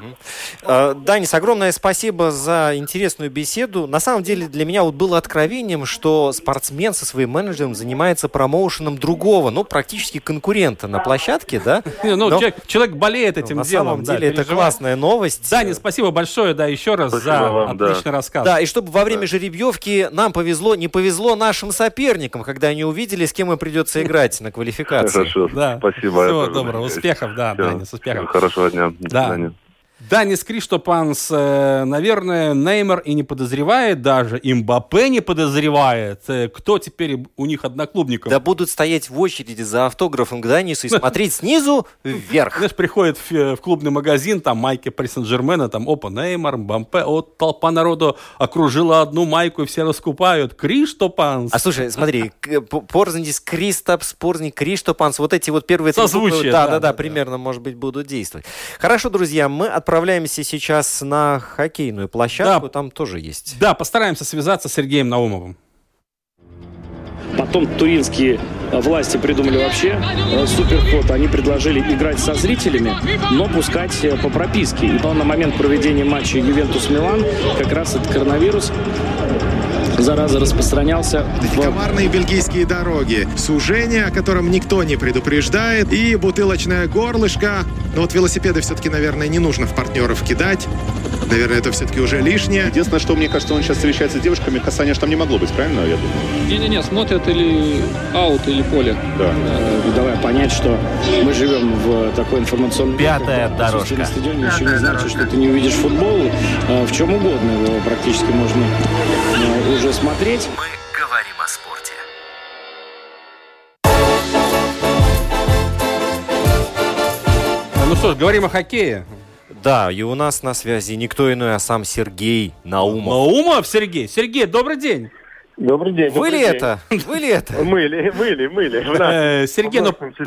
C: Данис, огромное спасибо за интересную беседу. На самом деле для меня вот было откровением, что спортсмен со своим менеджером занимается промоушеном другого, ну, практически конкурента на площадке, да?
D: Человек болеет этим делом.
C: На самом деле это классная новость.
D: Данис, спасибо большое, да, еще раз за отличный рассказ.
C: Да, и чтобы во время жеребьевки нам повезло, не повезло нашим соперникам, когда они увидели, с кем им придется играть на квалификации.
K: Хорошо, спасибо.
D: Всего доброго, успехов, да, Данис, успехов.
K: Хорошего дня. До свидания.
D: Данис Криштопанс, наверное, Неймар и не подозревает даже, и Мбаппе не подозревает, кто теперь у них одноклубников.
C: Да будут стоять в очереди за автографом к Данису и смотреть снизу вверх.
D: Знаешь, приходит в клубный магазин, там майки Пари Сен-Жермена, там опа, Неймар, Мбаппе, толпа народу окружила одну майку и все раскупают. Криштопанс.
C: А слушай, смотри, Порзнис Кристапс, Порзни Криштопанс, вот эти вот первые три
D: буквы,
C: да, примерно, может быть, будут действовать. Хорошо, друзья, мы отправляемся сейчас на хоккейную площадку, там тоже есть.
D: Да, постараемся связаться с Сергеем Наумовым.
L: Потом туринские власти придумали вообще суперход. Они предложили играть со зрителями, но пускать по прописке. И на момент проведения матча Ювентус-Милан как раз этот коронавирус зараза распространялся.
M: Коварные бельгийские дороги, сужение, о котором никто не предупреждает, и бутылочное горлышко. Но вот велосипеды все-таки, наверное, не нужно в партнеров кидать. Наверное, это все-таки уже лишнее.
N: Единственное, что мне кажется, он сейчас встречается с девушками, касания же там не могло быть, правильно, я думаю?
O: Не-не-не, смотрят или аут, или поле.
N: Да.
L: Давай понять, что мы живем в такой информационной...
B: Пятая дорожка.
L: На стадионе еще не значит, что ты не увидишь футбол. В чем угодно его практически можно уже смотреть.
A: Мы говорим о спорте.
D: Ну что ж, говорим о хоккее.
C: Да, и у нас на связи никто иной, а сам Сергей Наумов.
D: Наумов Сергей. Сергей, добрый день.
P: Добрый день.
C: Вы ли это?
P: Мыли.
D: Сергей,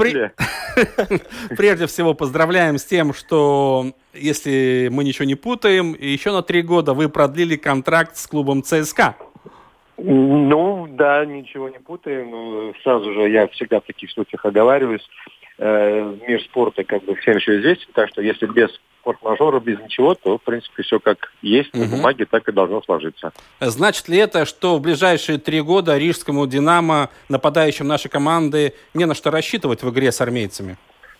D: прежде всего поздравляем с тем, что, если мы ничего не путаем, еще на 3 года вы продлили контракт с клубом ЦСКА.
P: Ну, да, ничего не путаем. Сразу же я всегда в таких случаях оговариваюсь. Мир спорта как бы всем еще известен, так что если без форс-мажора, без ничего, то, в принципе, все как есть, на бумаге так и должно сложиться.
D: Значит ли это, что в ближайшие 3 года рижскому «Динамо», нападающим нашей команды, не на что рассчитывать в игре с армейцами?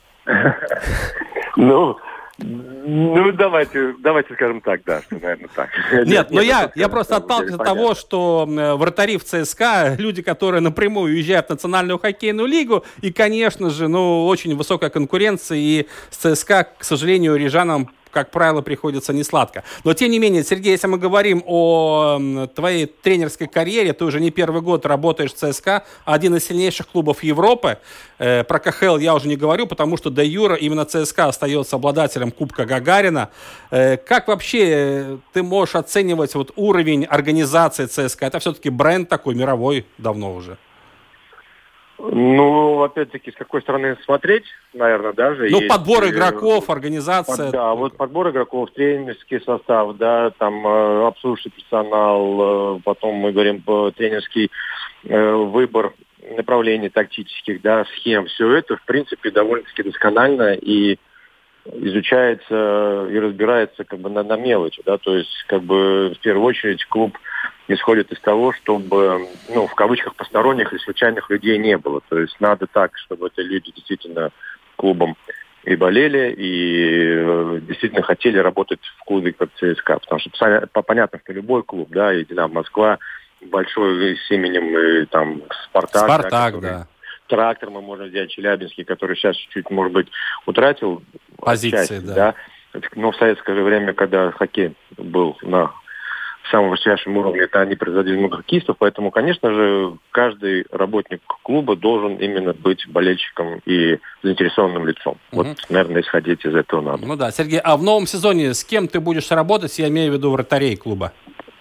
P: Ну, давайте скажем так, да, что, наверное, так.
D: Нет, но я просто отталкиваюсь от того, что вратари в ЦСКА, люди, которые напрямую уезжают в Национальную хоккейную лигу, и, конечно же, очень высокая конкуренция, и с ЦСКА, к сожалению, рижанам, как правило, приходится несладко. Но, тем не менее, Сергей, если мы говорим о твоей тренерской карьере, ты уже не первый год работаешь в ЦСКА, один из сильнейших клубов Европы. Про КХЛ я уже не говорю, потому что де юре именно ЦСКА остается обладателем Кубка Гагарина. Как вообще ты можешь оценивать уровень организации ЦСКА? Это все-таки бренд такой мировой давно уже.
P: Ну, опять-таки, с какой стороны смотреть, наверное, даже.
D: Ну,
P: есть
D: подбор игроков, организация.
P: Да, вот подбор игроков, тренерский состав, да, там обслуживающий персонал, потом мы говорим тренерский выбор направлений тактических, да, схем. Все это, в принципе, довольно-таки досконально и изучается и разбирается как бы на мелочи, да, то есть как бы в первую очередь клуб исходит из того, чтобы, ну, в кавычках, посторонних и случайных людей не было. То есть надо так, чтобы эти люди действительно клубом и болели, и действительно хотели работать в клубе как ЦСКА. Потому что понятно, что любой клуб, да, и «Динамо Москва», большой с именем, и там «Спартак»,
D: да.
P: «Трактор» мы можем взять, Челябинский, который сейчас чуть-чуть, может быть, утратил
D: позиции, да.
P: Но в советское время, когда хоккей был на самом высочайшем уровне, это они производили много хоккеистов, поэтому, конечно же, каждый работник клуба должен именно быть болельщиком и заинтересованным лицом. Вот, наверное, исходить из этого надо.
D: Ну да, Сергей, а в новом сезоне с кем ты будешь работать? Я имею в виду вратарей клуба.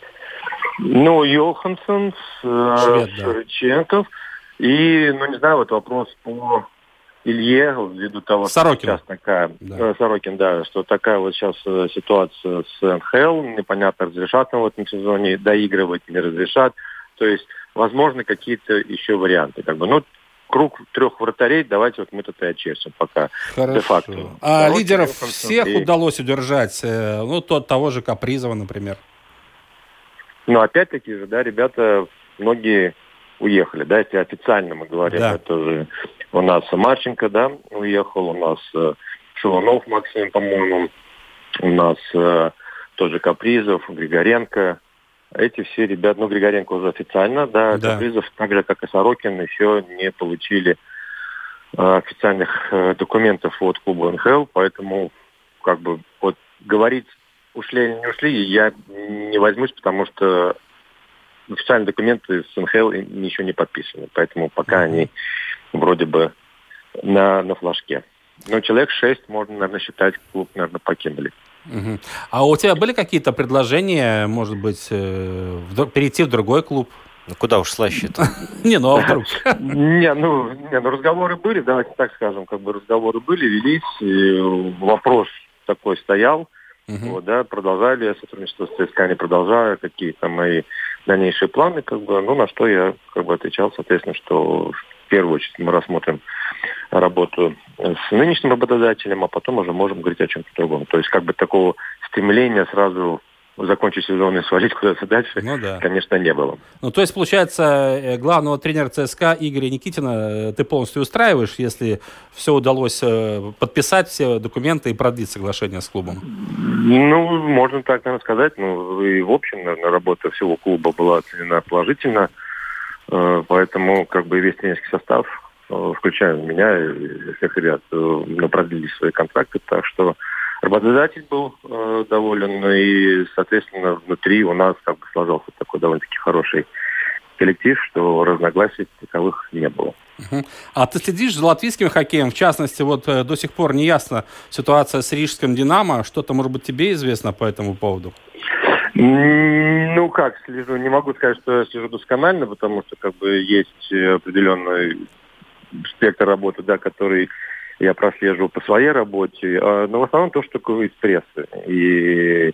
P: Ну, Йоханссон, Шевченков. И, ну, не знаю, вот вопрос по Илье, ввиду того,
D: Сорокин.
P: Что сейчас такая... Да. Сорокин, да, что такая вот сейчас ситуация с НХЛ, непонятно, разрешат нам в этом сезоне доигрывать, не разрешат. То есть, возможно, какие-то еще варианты. Как бы. Ну, круг 3 вратарей, давайте вот мы тут и очерчим пока.
D: Хорошо.
P: Де-факто.
D: А лидеров всех удалось удержать? Ну, того же Капризова, например.
P: Ну, опять-таки же, да, ребята, многие уехали, да, если официально мы говорим,
D: да.
P: Это же у нас Марченко, да, уехал, у нас Шелунов Максим, по-моему, у нас тоже Капризов, Григоренко. Эти все ребята, ну, Григоренко уже официально, да. Капризов, так же, как и Сорокин, еще не получили официальных документов от клуба НХЛ, поэтому, как бы, вот говорить, ушли или не ушли, я не возьмусь, потому что официальные документы с НХЛ ничего не подписаны, поэтому пока они вроде бы на флажке. Но человек 6, можно, наверное, считать, клуб, наверное, покинули.
D: А у тебя были какие-то предложения, может быть, перейти в другой клуб?
C: Ну, куда уж слаще-то?
D: Не, ну а вдруг?
P: Ну, разговоры были, давайте так скажем, как бы разговоры были, велись, и вопрос такой стоял. Вот, да, продолжали сотрудничество с ЦСКА, не продолжая, какие-то мои дальнейшие планы, как бы, ну, на что я, как бы, отвечал, соответственно, что в первую очередь мы рассмотрим работу с нынешним работодателем, а потом уже можем говорить о чем-то другом. То есть, как бы, такого стремления сразу закончить сезон и свалить куда-то дальше, конечно, не было.
D: Ну, то есть, получается, главного тренера ЦСКА Игоря Никитина ты полностью устраиваешь, если все удалось подписать все документы и продлить соглашение с клубом?
P: Ну, можно так, наверное, сказать. Ну, и в общем, наверное, работа всего клуба была оценена положительно. Поэтому, как бы, весь тренерский состав, включая меня и всех ребят, продлили свои контракты. Так что работодатель был доволен, и, соответственно, внутри у нас как бы сложился такой довольно-таки хороший коллектив, что разногласий таковых не было.
D: А ты следишь за латвийским хоккеем? В частности, вот до сих пор не ясна ситуация с рижским «Динамо». Что-то, может быть, тебе известно по этому поводу?
P: Ну, как слежу? Не могу сказать, что я слежу досконально, потому что как бы есть определенный спектр работы, да, который я прослеживаю по своей работе, но в основном то, что из прессы. И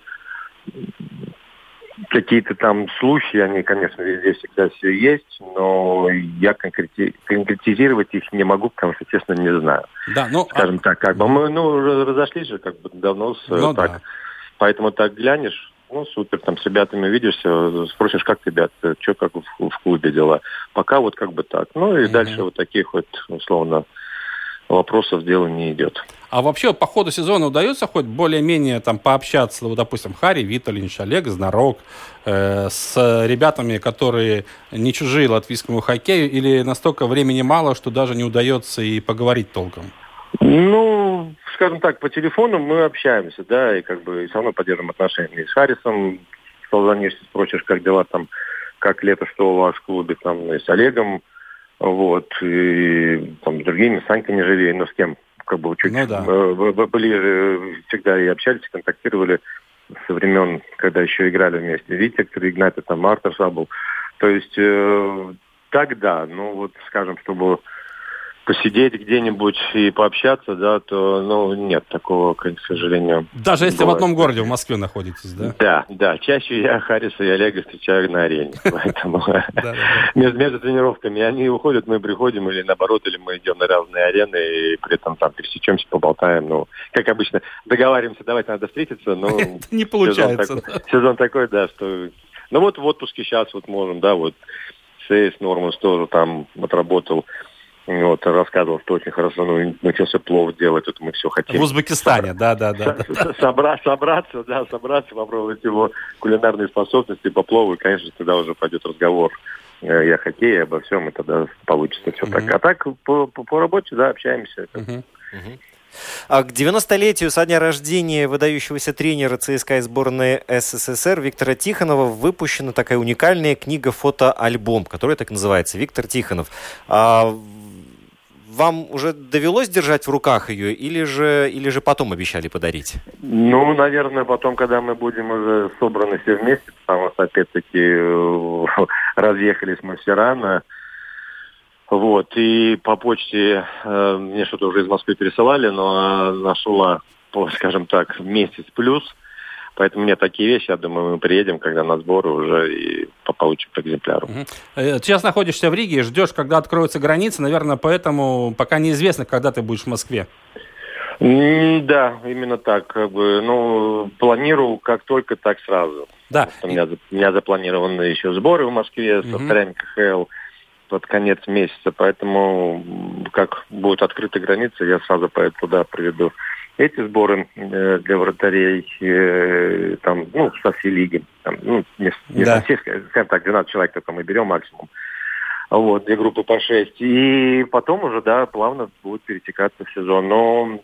P: какие-то там слухи, они, конечно, везде всегда все есть, но я конкретизировать их не могу, потому что, честно, не знаю.
D: Да, ну,
P: скажем так, как бы мы разошлись же как бы давно, так. Поэтому так глянешь, ну, супер, там с ребятами видишься, спросишь, как ребят, что как в клубе дела. Пока вот как бы так. Ну и дальше вот таких вот, условно, вопросов дело не идет.
D: А вообще по ходу сезона удается хоть более-менее там пообщаться, вот, допустим, Харри Виталинч, Олег Знарок, с ребятами, которые не чужие латвийскому хоккею, или настолько времени мало, что даже не удается и поговорить толком?
P: Ну, скажем так, по телефону мы общаемся, да, и как бы и со мной поддерживаем отношения. И с Харрисом созвонишься, спросишь, как дела там, как лето, что у вас в клубе, там, и с Олегом, вот, и там с другими, с Санькой не живее, но с кем, как бы, чуть ближе всегда и общались, контактировали со времен, когда еще играли вместе. Виктор Игнатьев, там, Артур Шабл. То есть, тогда, ну, вот, скажем, чтобы посидеть где-нибудь и пообщаться, да, то, нет такого, к сожалению.
D: Даже если в одном городе, в Москве находитесь, да?
P: Да. Чаще я Хариса и Олега встречаю на арене. Поэтому между тренировками они уходят, мы приходим, или наоборот, или мы идем на разные арены, и при этом там пересечемся, поболтаем. Как обычно, договариваемся, давайте надо встретиться, но...
D: Не получается.
P: Сезон такой, да, что... в отпуске сейчас можем, да, Сейс Нормус тоже там отработал. Рассказывал, что очень хорошо научился плов делать, мы все хотим.
D: В Узбекистане, да.
P: Собраться, попробовать его кулинарные способности по плову, и, конечно, тогда уже пойдет разговор и о хоккее, обо всем, и тогда получится все так. А так, по работе, да, общаемся.
C: А к 90-летию со дня рождения выдающегося тренера ЦСКА и сборной СССР Виктора Тихонова выпущена такая уникальная книга-фото-альбом, которая так называется «Виктор Тихонов». Вам уже довелось держать в руках ее, или же потом обещали подарить?
P: Наверное, потом, когда мы будем уже собраны все вместе, потому что, опять-таки, разъехались мы все рано. И по почте мне что-то уже из Москвы пересылали, но нашла, скажем так, месяц плюс. Поэтому мне такие вещи, я думаю, мы приедем, когда на сборы уже и получим по экземпляру.
D: Сейчас находишься в Риге, ждешь, когда откроются границы, наверное, поэтому пока неизвестно, когда ты будешь в Москве.
P: Да, именно так. Планирую как только, так сразу.
D: Да.
P: У меня запланированы еще сборы в Москве с повторями КХЛ под конец месяца, поэтому как будут открыты границы, я сразу поеду туда, приведу эти сборы для вратарей, со всей лиги. Не со всей, скажем так, 12 человек только мы берем максимум. Две группы по 6. И потом уже, плавно будет перетекаться в сезон. Но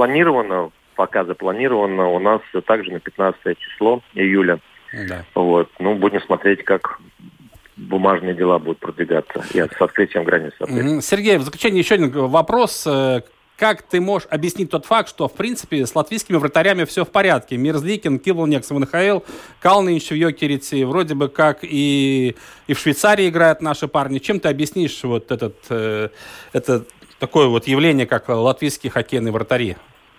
P: пока запланировано у нас также на 15 число июля.
D: Да.
P: Будем смотреть, как бумажные дела будут продвигаться и с открытием границ.
D: Сергей, в заключение еще один вопрос. Как ты можешь объяснить тот факт, что, в принципе, с латвийскими вратарями все в порядке? Мерзликин, Кивлнекс в НХЛ, Калнинч в Йокерице, вроде бы как и в Швейцарии играют наши парни. Чем ты объяснишь это такое явление, как латвийские хоккейные вратари?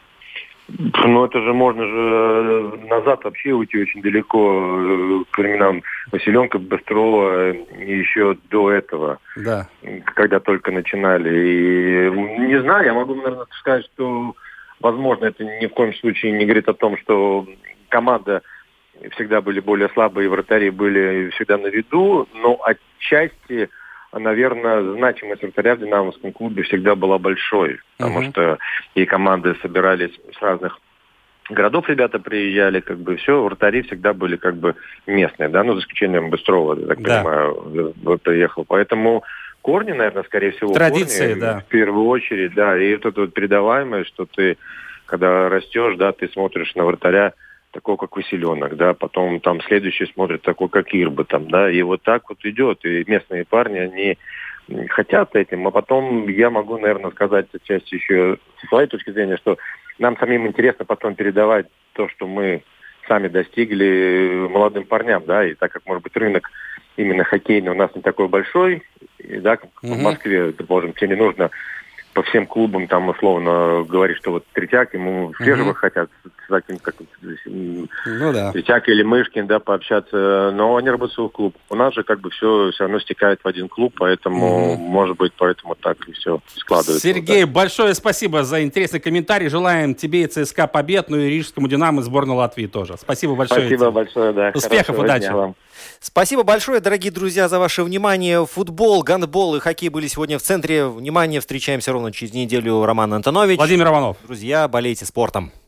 P: Это же можно назад вообще уйти очень далеко, к временам Василенко, Быстрова и еще до этого, когда только начинали. И не знаю, я могу, наверное, сказать, что, возможно, это ни в коем случае не говорит о том, что команда всегда были более слабые, вратари были всегда на виду, но отчасти, наверное, значимость вратаря в Динамовском клубе всегда была большой, потому что и команды собирались с разных городов, ребята приезжали, все, вратари всегда были местные, за исключением Быстрова, я так понимаю, приехал. Поэтому корни, наверное, скорее всего,
D: традиции,
P: в первую очередь, и вот передаваемое, что ты, когда растешь, ты смотришь на вратаря такого, как Василенок, потом там следующий смотрит такой, как Ирба, и вот так идет, и местные парни, они хотят этим, а потом я могу, наверное, сказать отчасти еще со своей точки зрения, что нам самим интересно потом передавать то, что мы сами достигли молодым парням, и так как, может быть, рынок именно хоккейный у нас не такой большой, как в Москве, предположим, тебе не нужно по всем клубам там условно говорить, что Третьяк, ему все же хотят с таким, как Третьяк или Мышкин, пообщаться, но они работают в клуб. У нас же все равно стекает в один клуб, поэтому, может быть, поэтому так и все складывается.
D: Сергей, большое спасибо за интересный комментарий. Желаем тебе и ЦСКА побед, и Рижскому Динамо, и сборной Латвии тоже. Спасибо большое.
P: Спасибо большое,
D: Успехов, удачи вам.
C: Спасибо большое, дорогие друзья, за ваше внимание. Футбол, гандбол и хоккей были сегодня в центре внимания. Встречаемся ровно через неделю. Роман Антонович.
D: Владимир Романов.
C: Друзья, болейте спортом.